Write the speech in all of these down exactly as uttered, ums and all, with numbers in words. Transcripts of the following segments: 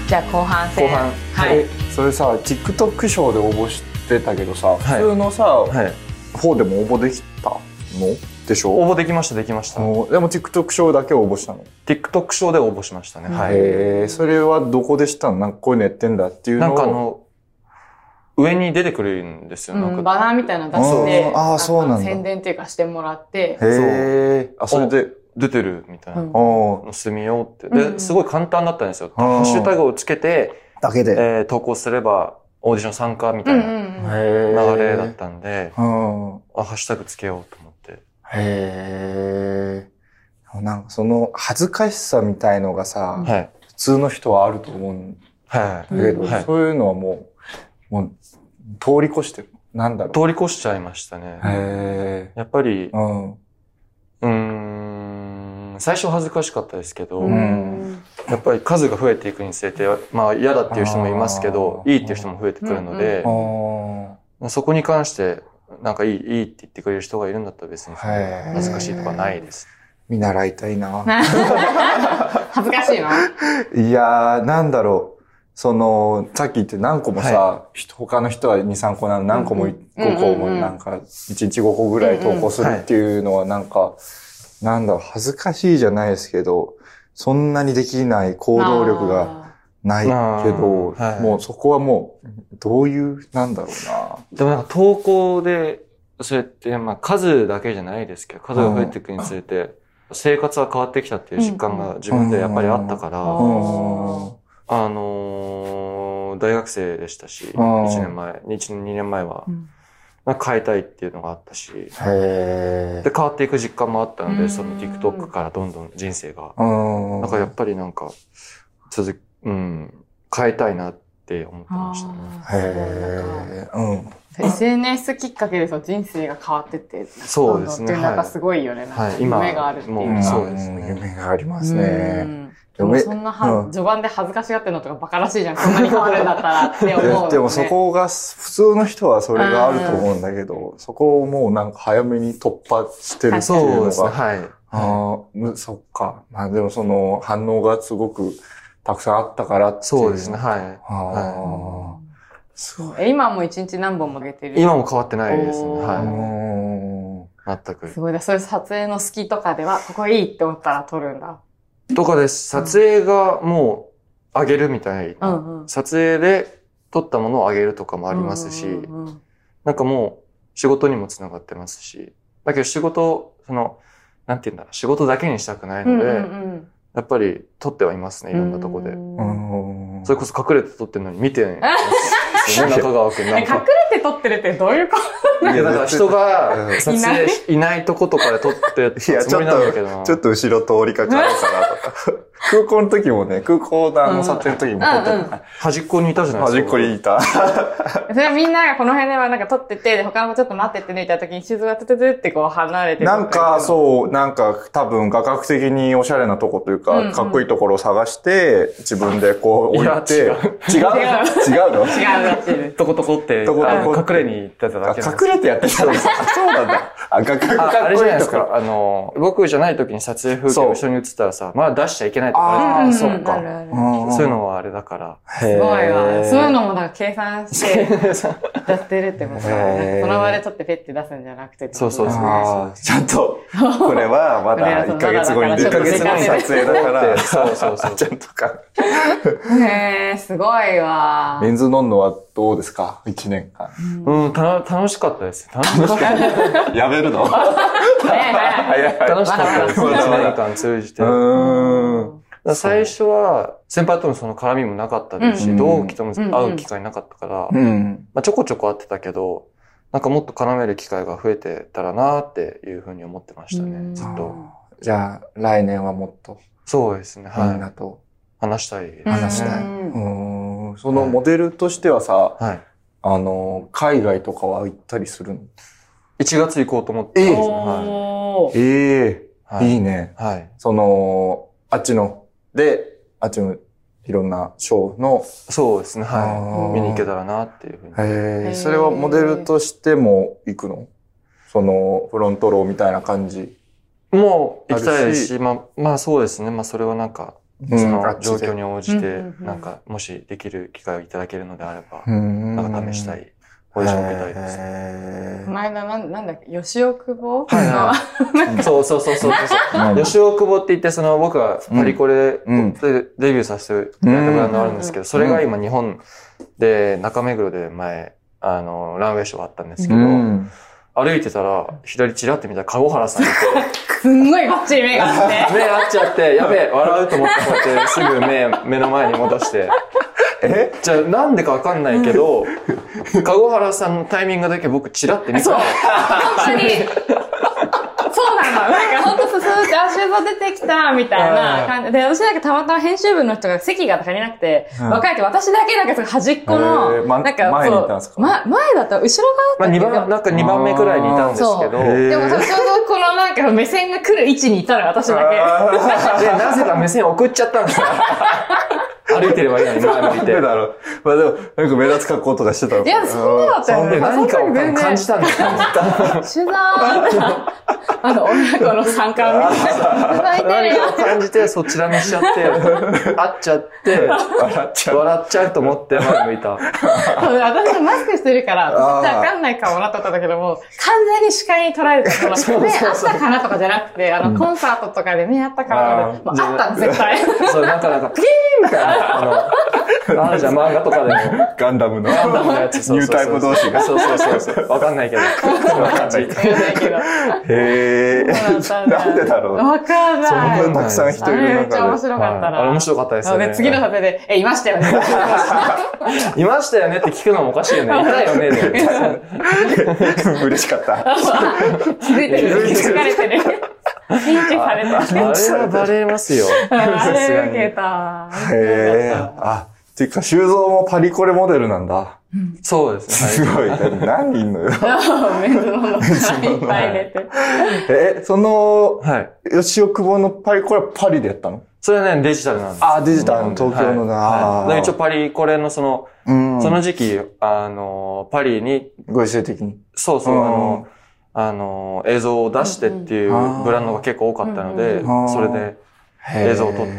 じゃあ後半戦。 後半。 はい。 え、それさ、TikTok 賞で応募してたけどさ、 はい、 普通のさ、 はい、 方でも応募できたのでしょ？ 応募できました、できました。 でも TikTok 賞だけ応募したの？ TikTok 賞で応募しましたね。はい。 へー、それはどこでしたの？なんかこういうのやってんだっていうのを。 なんかあの、上に出てくるんですよ。 うん、 なんかバナーみたいなの出して、 ああ、そうなんだ。 宣伝っていうかしてもらって。 へー。あ、それで。 出てるみたいな。 うん、 載せてみようって。で、すごい簡単だったんですよ。ハッシュタグをつけて、 だけで、 えー、投稿すれば、オーディション参加みたいな流れだったんで、あ、ハッシュタグつけようと思って。 へー。なんかその恥ずかしさみたいのがさ、はい、普通の人はあると思うんだけど、はい、そういうのはもう、もう通り越してる。なんだろう。 通り越しちゃいましたね。 へー。 やっぱり、うん、うーん、最初恥ずかしかったですけど、うん、やっぱり数が増えていくにつれて、まあ嫌だっていう人もいますけど、いいっていう人も増えてくるので、そこに関して、なんかいい、いいって言ってくれる人がいるんだったら別に恥ずかしいとかないです。 見習いたいな。 恥ずかしいの？ いやー、なんだろう。その、さっき言って何個もさ、はい、他の人はに、さんこなの何個もごこもなんか、いちにちごこぐらい投稿するっていうのはなんか、なんだろう、恥ずかしいじゃないですけど、そんなにできない行動力がないけど、はい、もうそこはもう、どういう、なんだろうな。 でもなんか投稿で、そうやって、まあ数だけじゃないですけど、数が増えていくにつれて、生活は変わってきたっていう実感が自分でやっぱりあったから、あのー、大学生でしたし、いちねんまえ、いちねん、にねんまえは、なんか変えたいっていうのがあったし、で、変わっていく実感もあったので、その TikTok からどんどん人生が、なんかやっぱりなんか、続き、うん、変えたいなって思ってましたね。 へー、うん。 エスエヌエス きっかけでその人生が変わってって、 そうですね。 っていうなんかすごいよね。はい、今夢があるっていう。 もうそうですね。夢がありますね。 でもそんなは、うん、序盤で恥ずかしがってるのとかバカらしいじゃん。こんなに変わるんだったらって思う、ね。 でもそこが、普通の人はそれがあると思うんだけど、そこをもうなんか早めに突破してるっていうのが。そうですね。はい。ああ、そっか。まあでもその反応がすごくたくさんあったからっていう。 そうですね。はい。ああ、 はい。そう。え、今も一日何本も上げてる？ 今も変わってないですね。はい。全く。 すごいね。そういう撮影の好きとかでは、ここいいって思ったら撮るんだ。 とかです。撮影がもう上げるみたいな、うんうん。撮影で撮ったものを上げるとかもありますし、うんうんうん、なんかもう仕事にもつながってますし、だけど仕事、その、なんて言うんだろう、仕事だけにしたくないので、うんうんうん、やっぱり撮ってはいますね、いろんなとこで。うん、それこそ隠れて撮ってるのに見てないですよね、中川くんなんか。 隠れて撮ってるってどういうこといや、だから人が撮影いないとことかで撮ってるつもりなんだけどな。 ちょっと後ろ通りかかるかなとか。空港の時もね、空港のあの撮影の時も撮ってる、うんうん。 端っこにいたじゃないですか。 端っこにいた。 それはみんながこの辺ではなんか撮ってて、他の子ちょっと待ってって抜いた時に静がトゥトゥトゥってこう離れてる。 なんかそう、なんか多分画角的におしゃれなとこというか、うんうん、かっこいいところを探して、自分でこう置いて。違う。違うの違うらしいです。 トコトコって、とことこ隠れに行ってただけなんです。隠れてやってたんですよ。そうなんだ。あ、画角かっこいいところ。 あれじゃないですか。あの、僕じゃない時に撮影風景を一緒に映ったらさ、まだ出しちゃいけないとかあるじゃないですか。ああ、そっか。そういうのはあれだから。 すごいわ。そういうのもだから計算してやってるってことだね。その場でちょっとペッて出すんじゃなくて。 そうそうそう。 ちゃんと、これはまだいっかげつごに、いっかげつごに撮影だから。そうそうそう。ちゃんとか。 へー、すごいわ。 メンズノンノはどうですか？いちねんかん。うん、た、楽しかったです。楽しかった。 やめるの？ 楽しかったです。いちねんかん通じて。最初は先輩とのその絡みもなかったですし、同期とも会う機会なかったから、まあちょこちょこ会ってたけど、なんかもっと絡める機会が増えてたらなっていうふうに思ってましたね、ずっと。 じゃあ来年はもっと。 そうですね、はい。 みんなと話したいですね。 話したい。うん。そのモデルとしてはさ、はい、あの、海外とかは行ったりするの？ いちがつ行こうと思ってますね。はい、 ええー、いいね。はい。その、あっちの、で、あっちのいろんなショーの。 そうですね、はい。見に行けたらなっていうふうに。 へえ。それはモデルとしても行くの？その、フロントローみたいな感じ。 もう行きたいし、まあ、まあそうですね。まあそれはなんか、 その状況に応じて、なんか、もしできる機会をいただけるのであれば、なんか試したい。オーディション受けたいですね。 この間、なん、なんだっけ、吉尾久保はいはい。そうそうそうそうそう。吉尾久保って言って、その僕はパリコレでデビューさせてもらったブランドがあるんですけど、それが今日本で中目黒で前、あの、ランウェイショーあったんですけど、歩いてたら、左チラって見たら、籠原さんいて。 すんごいバッチリ目があって。 目合っちゃって、やべえ、笑うと思って、こうやってすぐ目、目の前に戻して。えじゃあ、なんでかわかんないけど、籠原さんのタイミングだけ僕チラって見た。 そう。本当に。そうなの。なんかほんとススーって、あ、修造出てきた、みたいな感じで、私なんかたまたま編集部の人が席が足りなくて、うん、若いって私だけなんかその端っこの、 ま、 なんか前にいたんですか、 ま、前だった後ろ側だったっけ、 まあ、にばん、なんかにばんめくらいにいたんですけど、 でもちょうどこのなんか目線が来る位置にいたの私だけ。 で、なぜか目線送っちゃったんですよ。歩いてればいいのに、前向いて。 なんでだろう。まあでも、なんか目立つ格好とかしてたの。 いや、そんなだったよね。 何かを感じたんですよ。 シュザーあの、親子の参加を見て、 何かを感じて、そちらにしちゃって、会っちゃって、笑っちゃう。笑っちゃうと思って前向いた。 私もマスクしてるから、わかんないかもなと思ったんだけども、完全に視界に捉えてた。目あったかなとかじゃなくて、あの、コンサートとかで目あったかなとかで、あったの、絶対。 そう、なんかなんか、ピーンみたいな。あの、あるじゃん、漫画とかでも。 ガンダムの。 ガンダムのやつ。 ニュータイプ同士が。 そうそうそうそう。わかんないけど。 わかんないけど。へー。なんでだろう。 わかんない。 そんなたくさん人いる中で。 めっちゃ面白かったな。 あれ面白かったですよね。 次の撮影で、え、いましたよね。 いましたよねって聞くのもおかしいよね。いたよね。 嬉しかった。 気づいてる。気づかれてる。認知された。 あれはバレますよ。 あれ受けた。 へぇあ、ていうか、修造もパリコレモデルなんだ。 そうですね。すごい。何人のよ。 メンズののいっぱい出て。 え、その、 はい。 吉尾久保のパリコレはパリでやったの？ それはね、デジタルなんです。 あ、デジタルの東京のな。 一応パリコレのその、その時期、あの、パリに、 ご時世的に。 そうそう、あの、あの、映像を出してっていうブランドが結構多かったので、それで映像を撮って。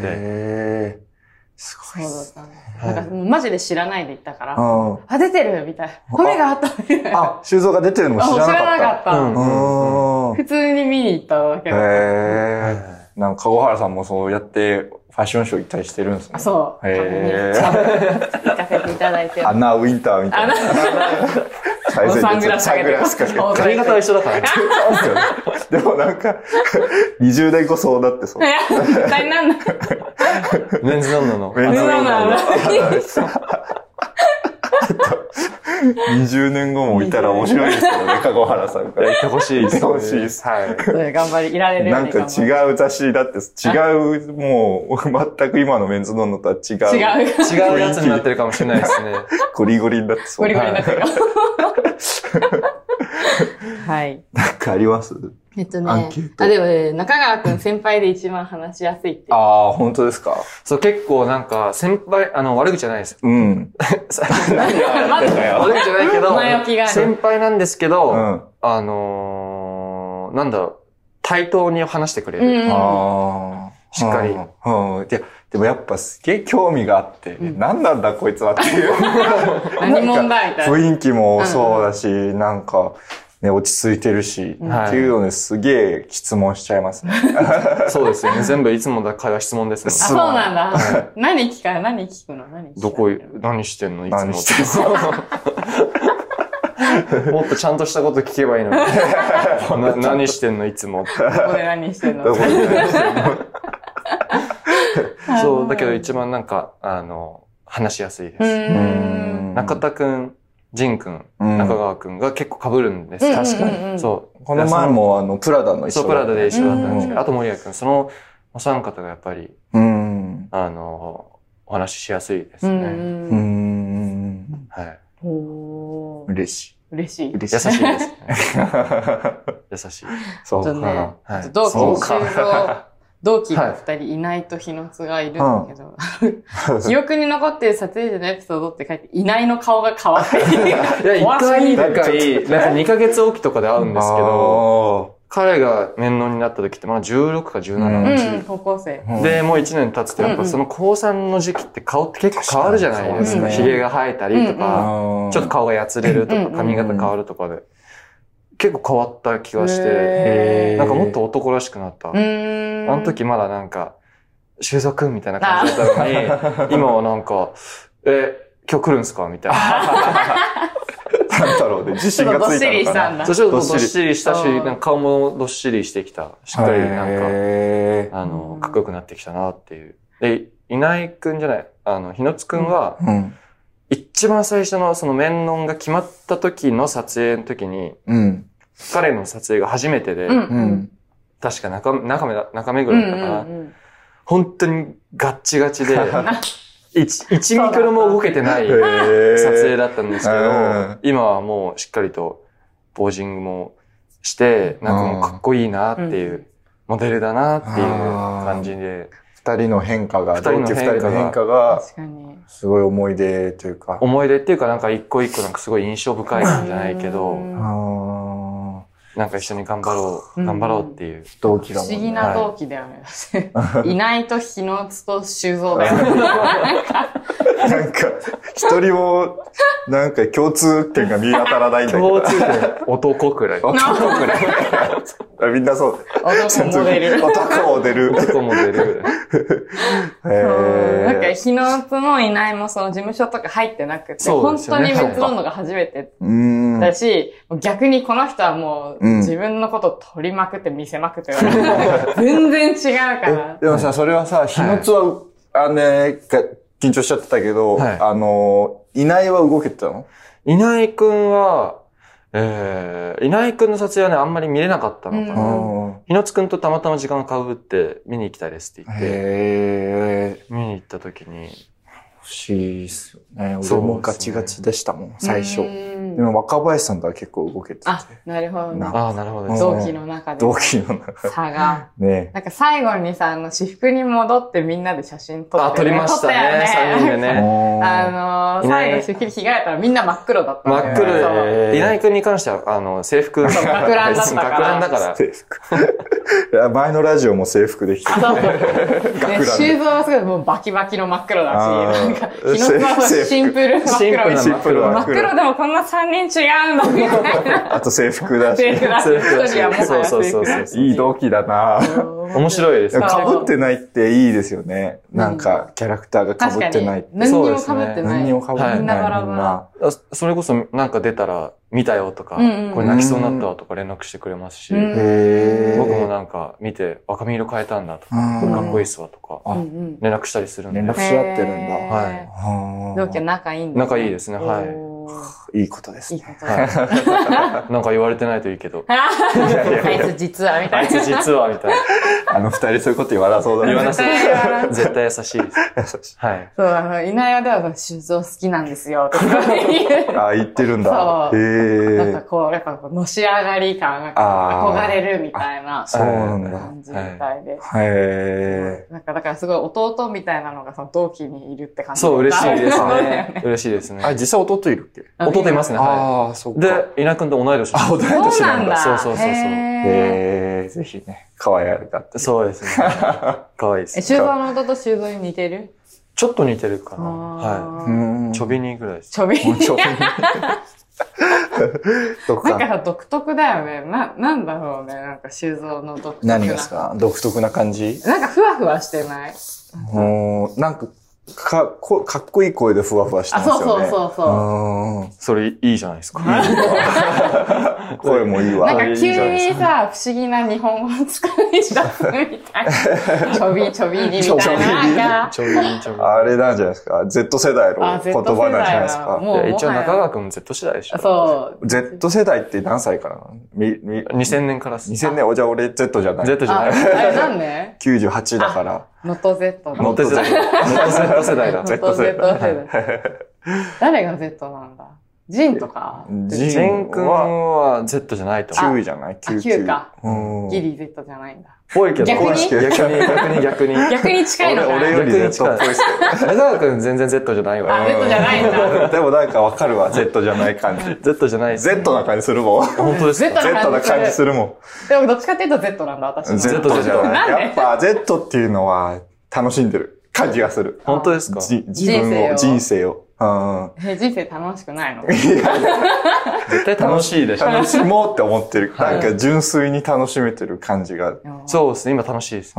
すごい。 そうだったね。なんかもうマジで知らないで行ったから、あ、出てるみたいな。骨があったみたいな。 あ、修造が出てるのも知らなかった。 知らなかった。普通に見に行ったわけだ。 へー。なんか、籠原さんもそうやってファッションショー行ったりしてるんですね。 そう。 へー。行かせていただいて。 アナウィンターみたいな。 サングラスかけて。 髪型は一緒だから。 でもなんか、にじゅう代こそだってそう。 絶対なんだ。 メンズノンノの。 メンズノンノの。 にじゅうねんごもいたら面白いですけどね、籠原さんから。 いてほしいです。 いてほしいです。 はい。 頑張り、いられるように。 なんか違う雑誌だって、違う、もう、全く今のメンズノンノとは違う。 違う。 違うやつになってるかもしれないですね。 ゴリゴリになってそう。 ゴリゴリになってるかも。はい。 なんかあります？ えっとね。あ、でもね、中川くん先輩で一番話しやすいって。 ああ、本当ですか？ そう、結構なんか、先輩、あの、悪口じゃないです。 うん。 何が悪口じゃないけど、 前置きがある。 先輩なんですけど、 うん、 あのー、なんだろう、対等に話してくれる。 うん、 あしっかり。 うん。ででもやっぱすげえ興味があって、うん、何なんだこいつはっていう。 何問題みたいな。 雰囲気もそうだし、うん、なんか、ね、落ち着いてるし、うん、っていうのですげえ質問しちゃいますね。 そうですよね。全部いつもだ会話質問ですもんね。 あ、そうなんだ。はい、何聞か何聞くの何聞くどこ、何してんのいつも。何してんのもっとちゃんとしたこと聞けばいいのに。な何してんのいつも。 どこで何してんのどこで何してんのそう、だけど一番なんか、あの、話しやすいです。中田くん、仁くん、中川くんが結構被るんです。 確かに。 そう。 この前もあの、プラダの一緒そう、プラダで一緒だったんですけど、あと森谷くん、そのお三方がやっぱり、あの、お話ししやすいですね。はい。 嬉しい。 嬉しい。 優しいですね。優しい。 そうか。 はい。同期、同期が二人いないと日の津がいるんだけど、記憶に残ってる撮影時のエピソードって書いて、いないの顔が変わっている。 いや、一回一回、なんかにかげつおきとかで会うんですけど、 彼が面談になった時ってまだじゅうろくかじゅうななのうち、 うん、高校生。 で、もういちねん経つとやっぱその高さんの時期って顔って結構変わるじゃないですか。髭が生えたりとか、ちょっと顔がやつれるとか、髪型変わるとかで。結構変わった気がして、なんかもっと男らしくなった。あの時まだなんか、修造くんみたいな感じだったのに、今はなんか、え、今日来るんすかみたいな。 なんだろうね、自信がついたのかな。 どっしりしたんだ。 そう、ちょっとどっしりしたし、なんか顔もどっしりしてきた。しっかりなんか、あの、かっこよくなってきたなっていう。で、稲井くんじゃない、あの、日野津くんは、うん一番最初のその面談が決まった時の撮影の時に、うん、彼の撮影が初めてで、うんうん、確か中、中目だ、中目黒だったかな、うんうんうん。本当にガッチガチで、いちミクロも動けてない撮影だったんですけど、今はもうしっかりとポージングもして、なんかもうかっこいいなっていう、うん、モデルだなっていう感じで、 二人の変化が、同期二人の変化が、すごい思い出というか。 思い出っていうかなんか一個一個なんかすごい印象深いんじゃないけど、なんか一緒に頑張ろう、頑張ろうっていう。 同期だもんね。 不思議な同期だよね。いないと日野津と修造だよね。なんか、 一人も、なんか共通点が見当たらないんだけど。 共通点、男くらい。 男くらい。みんなそう。 男モデル。 男モデル。 男モデル。 なんか日野津もいないもその事務所とか入ってなくて、本当に別ロンドが初めてだし、逆にこの人はもう自分のことを取りまくって見せまくって全然違うから。 でもさ、それはさ、日野津は、あのね、緊張しちゃってたけど、あの、稲井は動けてたの？ 稲井くんは、えー、稲井くんの撮影はね、あんまり見れなかったのかな。日野津くんとたまたま時間が被って見に行きたいですって言って、へー見に行った時に。 不思議っすよね。俺もガチガチでしたもん、最初。でも若林さんとは結構動けてて。 あ、なるほどね。 ああ、なるほど。 同期の中で。 同期の中で。 差が。ね。なんか最後にさ、あの、私服に戻ってみんなで写真撮って、 あ、撮りましたね。さんにんでね。 あの、最後私服に着替えたらみんな真っ黒だったんだよね。 真っ黒で。稲井くんに関しては、あの、制服。 学ランだったから。 学ランだから。制服。前のラジオも制服できてた。学ラン。修造はすごいもうバキバキの真っ黒だし、なんか、日野津はシンプル真っ黒。 シンプル真っ黒でもこんなさんにん違うんだみたいな。 あと制服だし。 制服だし。一人はもはや制服だし。 いい同期だな面白いですね。 被ってないっていいですよね。なんか、キャラクターが被ってないって。 何にも被ってない。 何にも被ってない。 みんなバラバラ。それこそなんか出たら見たよとか、これ泣きそうになったわとか連絡してくれますし、僕もなんか見て、あ、髪色変えたんだとか、かっこいいっすわとか、連絡したりするんで。 連絡し合ってるんだ。 はい。同期仲いいんだ。 仲いいですね、はい。 いいことですね。 いいことです。 なんか言われてないといいけど。 あいつ実はみたいな。 あいつ実はみたいな。 あの二人そういうこと言わなそうだね。 言わなそう。絶対優しいです。優しい。はい。 そう、あの、稲谷では修造好きなんですよ。とか言う。あ、言ってるんだ。 そう。へなんかこう、やっぱこう、のし上がり感が憧れるみたいな。 そうなんだ。 感じみたいで。 へなんかだからすごい弟みたいなのがその同期にいるって感じ。 そう、嬉しいですね。嬉しいですね。 あ、実際弟いるっけ？ 弟いますね。ああ、そうか。で、稲くんと同い年。 あ、同い年なんだ。 そうそうそうそう。 へえ、ぜひね、可愛がって。 そうですね。可愛いです。 え、修造の弟修造に似てる？ ちょっと似てるかな。はい。ちょびにぐらいです。 ちょびに。 ちょびに。 なんかさ、独特だよね。な、なんだろうね。なんか修造の独特な。 何がですか？独特な感じ？ なんかふわふわしてない？ もう、なんか、かっこ、かっこいい声でふわふわしてますよね。 あ、そうそうそうそう。 それいいじゃないですか。 声もいいわ。 なんか急にさ、不思議な日本語を使い出すみたいな。ちょびちょびにみたいな。 ちょびにちょび。 あれなんじゃないですか。Z 世代の言葉なんじゃないですか。 いや一応中川くんも Z 世代でしょ。 そう。 Z 世代って何歳からなの？み、み、 にせんねんからにせんねん、おじゃあ俺 Z じゃない。 Z じゃない。 あれなんで ? きゅうじゅうはちだから。 ノット Z だ。 ノット Z 世代だ。 ノット Z 世代。誰が Z なんだジンとか。 ジジン君は Z じゃないと思う。 きゅうじゃない ?きゅう。 きゅうか。 うん。 ギリ Z じゃないんだ。 ぽいけど、 逆に逆に、逆に、逆に。 逆に近いのかな。 俺より Z っぽいっすけど。江川君全然 Z じゃないわ。 あ、Z じゃないんだ。 でもなんかわかるわ、Z じゃない感じ。 Z じゃない。 Z な感じするもん。 本当ですか ?Z な感じするもん。 でもどっちかっていうと Z なんだ、私。 Z じゃない。やっぱ Z っていうのは楽しんでる感じがする。 本当ですか？ 自分を、人生を。 え、人生楽しくないの？ 絶対楽しいでしょ。 楽しもうって思ってる。なんか純粋に楽しめてる感じが。 そうですね、今楽しいです。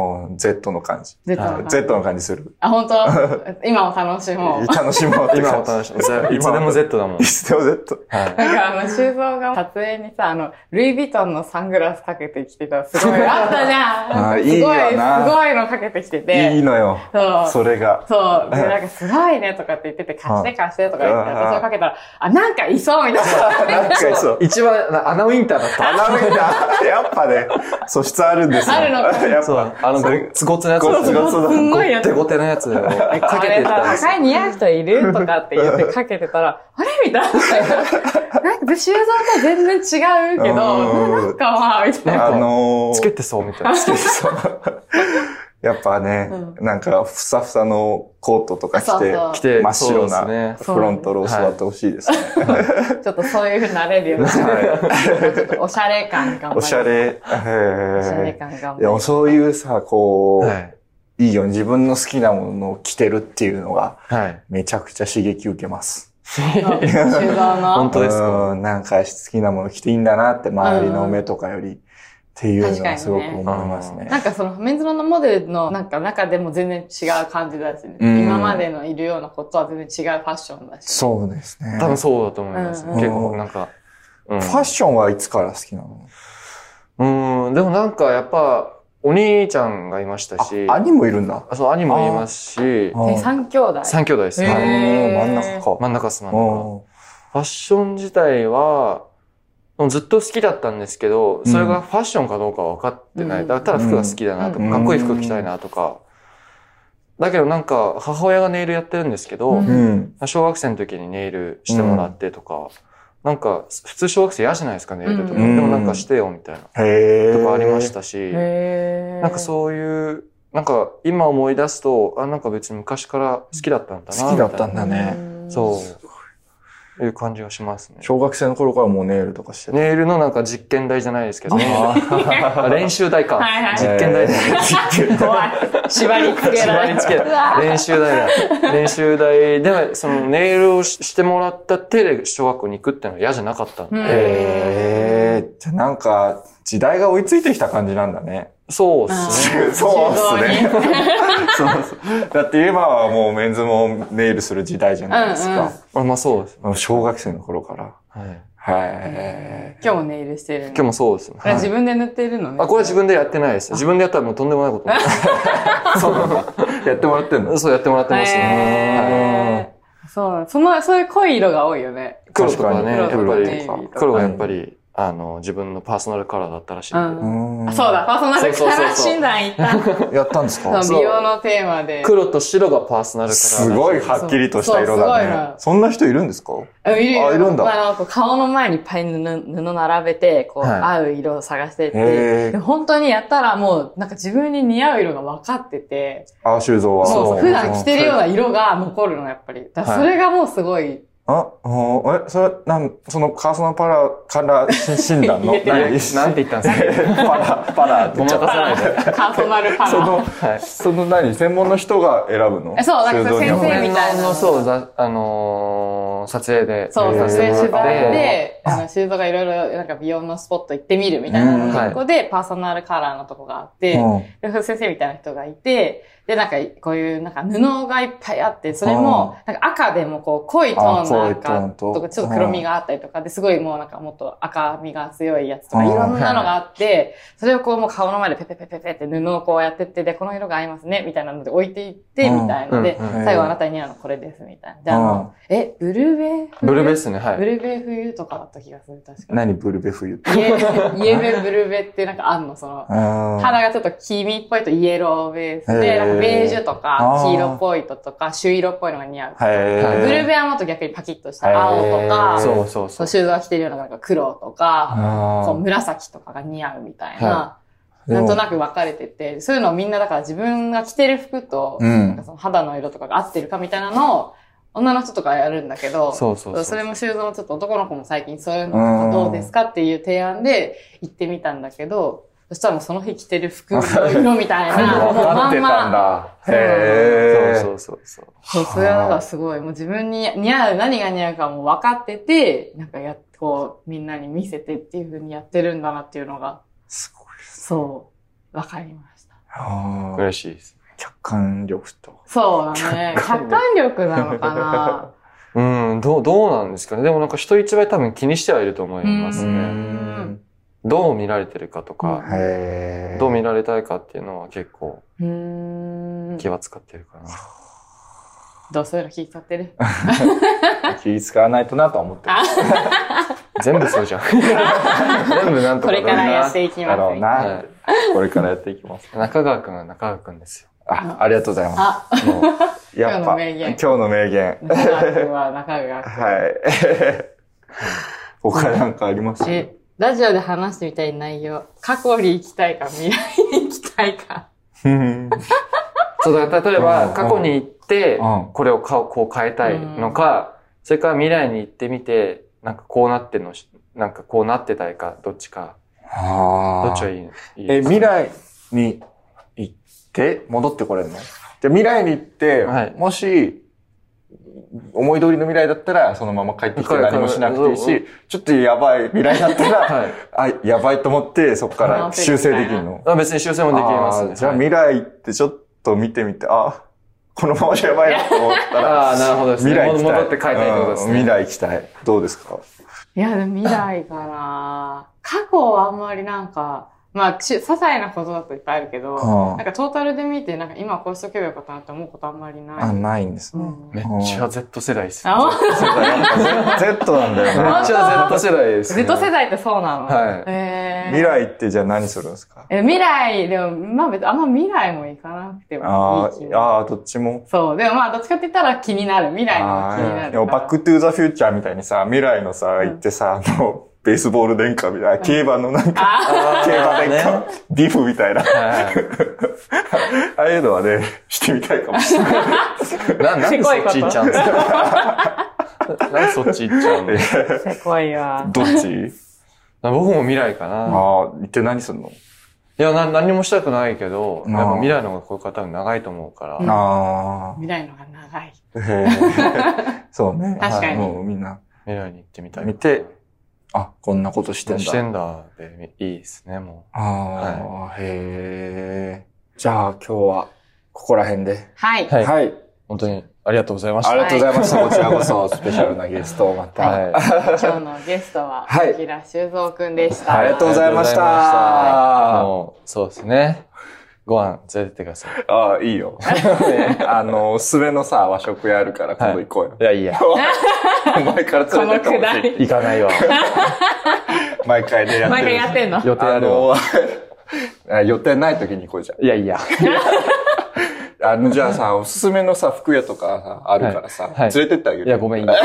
Z の感じ。 Z の感じ。 Z の感じする。 あ、本当？今も楽しもう。 楽しもう。 今も楽しもう。いつでも Z だもん。 いつでも Z。 なんかあの、修造が撮影にさ、あの、ルイ・ヴィトンのサングラスかけてきてた、すごいあったじゃん。いいよな。すごいのかけてきてて。 いいのよ。 そう。 それが。 そう。で、なんかすごいねとかって言ってて、貸して貸してとか言って、私をかけたら、あ、なんかいそうみたいな。 なんかいそう。 一番、アナウィンターだった。 アナウィンター。やっぱね、素質あるんですよ。 あるのか。 やっぱ。 あの、ツゴツのやつ。 ゴツゴツだ。 すんごいやつ。 ゴテゴテのやつをかけてた。 赤い似合う人いるとかって言ってかけてたら、あれみたいな。なんか、修造と全然違うけど、なんかまあ、みたいな。 あのー、 つけてそうみたいな。 つけてそう。やっぱね、うん、なんか、ふさふさのコートとか着て、 そうそう着て真っ白なフロントロー座ってほしいですね。 ちょっとそういう風になれるようになる。ちょっとおしゃれ感頑張る。 おしゃれ、 おしゃれ感頑張る。 でもそういうさ、こう、はい、いいよ、自分の好きなものを着てるっていうのが、はい、めちゃくちゃ刺激受けます。 本当ですか？ なんか好きなもの着ていいんだなって周りの目とかより。っていうのはすごく思いますね。 なんかそのメンズノンのモデルのなんか中でも全然違う感じだしね。今までのいるようなことは全然違うファッションだし。 そうですね。 多分そうだと思います。結構なんか、 ファッションはいつから好きなの？ うん、でもなんかやっぱ、お兄ちゃんがいましたし。 兄もいるんだ。 そう、兄もいますし。 え、三兄弟？ 三兄弟です。 真ん中か。 真ん中っす、真ん中。ファッション自体は、ずっと好きだったんですけど、それがファッションかどうかは分かってない。だからただ服が好きだなとか、かっこいい服着たいなとか。だけどなんか、母親がネイルやってるんですけど、小学生の時にネイルしてもらってとか、なんか、普通小学生嫌じゃないですか、ネイルとか。でもなんかしてよ、みたいな。とかありましたし、なんかそういう、なんか今思い出すと、あ、なんか別に昔から好きだったんだな、 好きだったんだね。 そう。いう感じがしますね。 小学生の頃からもうネイルとかしてネイルのなんか実験台じゃないですけど、練習台か。はいはい、実験台じゃない。実験台。縛り付けられ縛り付け練習台だ。練習台で、そのネイルをしてもらった手で小学校に行くっていうのは嫌じゃなかったんで。 へー。じゃあなんか、時代が追いついてきた感じなんだね。 そうっすね。 そうっすね。そうそう。だって今はもうメンズもネイルする時代じゃないですか。 うんうん、まあそうです。 小学生の頃から。はい。はい。 今日もネイルしてるの？ 今日もそうですね。 これ自分で塗っているのね。 あ、これは自分でやってないです。自分でやったらもうとんでもないことになる。 そうなんだ。やってもらってんの？ そうやってもらってますね。 そう。その、そういう濃い色が多いよね。 黒とかね、やっぱり。黒がやっぱり。あの、自分のパーソナルカラーだったらしい。うん、 そうだ、パーソナルカラー診断行った。 やったんですか？ 美容のテーマで。 黒と白がパーソナルカラー。 すごいはっきりとした色だね。そんな人いるんですか？ いるよ。 あ、いるんだ。 まあ、顔の前にいっぱい布、布並べて、こう、はい、合う色を探してて、で本当にやったらもう、なんか自分に似合う色が分かってて。 あ、修造は。 そう、普段着てるような色が残るの、やっぱり。だそれがもうすごい。 あ、え、それ、なん、そのカーソナルパラ、カラー診断の何、なんて言ったんですか？ パラ、パラって言っちゃった。 カーソナルパラ。 その、その何、専門の人が選ぶの？ そう、なんか先生みたいな。 そう、あの、撮影で。 そう、撮影取材で、あの、修造がいろいろ、なんか美容のスポット行ってみるみたいなのが一個で、パーソナルカラーのとこがあって、で、先生みたいな人がいて、で、なんか、こういう、なんか、布がいっぱいあって、それも、なんか赤でもこう、濃いトーンの赤とか、ちょっと黒みがあったりとかで、すごいもうなんかもっと赤みが強いやつとか、いろんなのがあって、それをこう、もう顔の前でペペペペペって布をこうやってって、で、この色が合いますね、みたいなので置いていって、みたいので、最後あなたに似合うのこれです、みたいな。で、あの、え、ブルベブルベっすね、はい。 ブルベ冬とかだっった気がする、確かに。 何ブルベ冬って。 イエ、イエベブルベってなんかあんの、その、肌がちょっと黄身っぽいとイエローベースで、なんかベージュとか、黄色っぽいととか、朱色っぽいのが似合う。ブルベはもっと逆にパキッとした青とか、 そうそうそう。 シューズが着てるようななんか黒とか、こう紫とかが似合うみたいな。なんとなく分かれてて、そういうのをみんなだから自分が着てる服と、なんかその肌の色とかが合ってるかみたいなのを、女の人とかやるんだけど、 そうそうそう。 それも修造もちょっと男の子も最近そういうのどうですかっていう提案で行ってみたんだけど、そしたらもうその日着てる服の色みたいな、もうまんま。 へー。 そうそうそう。 そう、それはだからすごい、もう自分に似合う、何が似合うかも分かってて、なんかや、こう、みんなに見せてっていう風にやってるんだなっていうのが、 すごいです。 そう、分かりました。 嬉しいです。 客観力と。 そうだね。客観力なのかな。 うん、どう、どうなんですかね。でもなんか人一倍多分気にしてはいると思いますね。どう見られてるかとか、どう見られたいかっていうのは結構気は使ってるかな。 どうそういうの気使ってる気使わないとなとは思ってる。 全部そうじゃん。全部なんとかこれからやっていきます。 はい、これからやっていきます。 中川くんは中川くんですよ。 あ、ありがとうございます。もうやっぱ今日の名言。今日の名言。 中川くんは中川くん。 はい。他なんかあります？ え、ラジオで話してみたい内容。過去に行きたいか、未来に行きたいか。 そうだ、例えば過去に行って、これをこう変えたいのか、それから未来に行ってみて、なんかこうなっての、なんかこうなってたいか、どっちか。どっちがいいの？ え、未来に行って戻ってこれるの？で、未来に行って、はい、もし、思い通りの未来だったら、そのまま帰ってきて何もしなくていいし、ちょっとやばい未来だったら、はい、あ、やばいと思って、そこから修正できるの？ あ、別に修正もできますね。 じゃあ未来ってちょっと見てみて、あ、このままじゃやばいなと思ったら、 あ、なるほどですね。 未来行きたい。 戻って帰りたいってことですね。 未来行きたい。どうですか？ いや、でも未来かな。過去はあんまりなんか、まあ、些細なことだといっぱいあるけど、うん、なんかトータルで見て、なんか今こうしとけばよかったなって思うことあんまりない。 あ、ないんですね。うん、 めっちゃ Z 世代です。 あ、 Z なんだよね。 めっちゃ Z 世代です、 ね。Z 世代ってそうなの？ はい。 えー、 未来ってじゃあ何するんですか？ え、未来、でも、まあ別にあんま未来も行かなくてもいい気が。 ああ、どっちも。 そう。でもまあどっちかって言ったら気になる。未来の気になる。 でもバックトゥーザフューチャーみたいにさ、未来のさ、行ってさ、あの、ベースボール殿下みたいな、競馬のなんか、競馬殿下、ビフみたいな。ああいうのはね、してみたいかもしれない。 な、なんでそっち行っちゃうんですか？なんでそっち行っちゃうんですか？ せこいわ。 どっち？ 僕も未来かな。 ああ、行って何すんの？ いや、な、何もしたくないけど、やっぱ未来の方がこういう方は長いと思うから。 ああ。 未来の方が長い。 へそうね。 確かに。 もうみんな。 未来に行ってみたい。 見て、あ、こんなことしてんだ。 してんだでいいですね、もう。ああ、はい、へえ。じゃあ今日はここら辺で。 はい。 はい。はい、本当にありがとうございました。 ありがとうございました。こちらこそスペシャルなゲストをまた。 はい、今日のゲストは、はい。木田修造くんでした。 ありがとうございました。 もう、そうですね。ご飯連れてってください。 ああ、いいよ。あの、おすすめのさ、和食屋あるから今度行こうよ。 いや、いいや。 お前から連れてってほしい。 行かないわ。 毎回ね、やってる。 毎回やってんの？ 予定あるわ。 予定ない時に行こうじゃん。 いやいや。 あの、じゃあさ、おすすめのさ、服屋とかさ、あるからさ、連れてってあげる。 いや、ごめん、いい。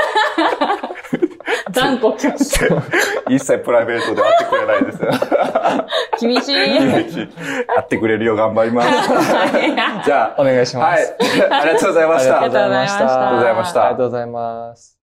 断固拒否。 一切プライベートで会ってくれないですよ。 厳しい。 厳しい。会ってくれるよ、頑張ります。じゃあ、 お願いします。 はい。ありがとうございました。 ありがとうございました。 ありがとうございました。 ありがとうございます。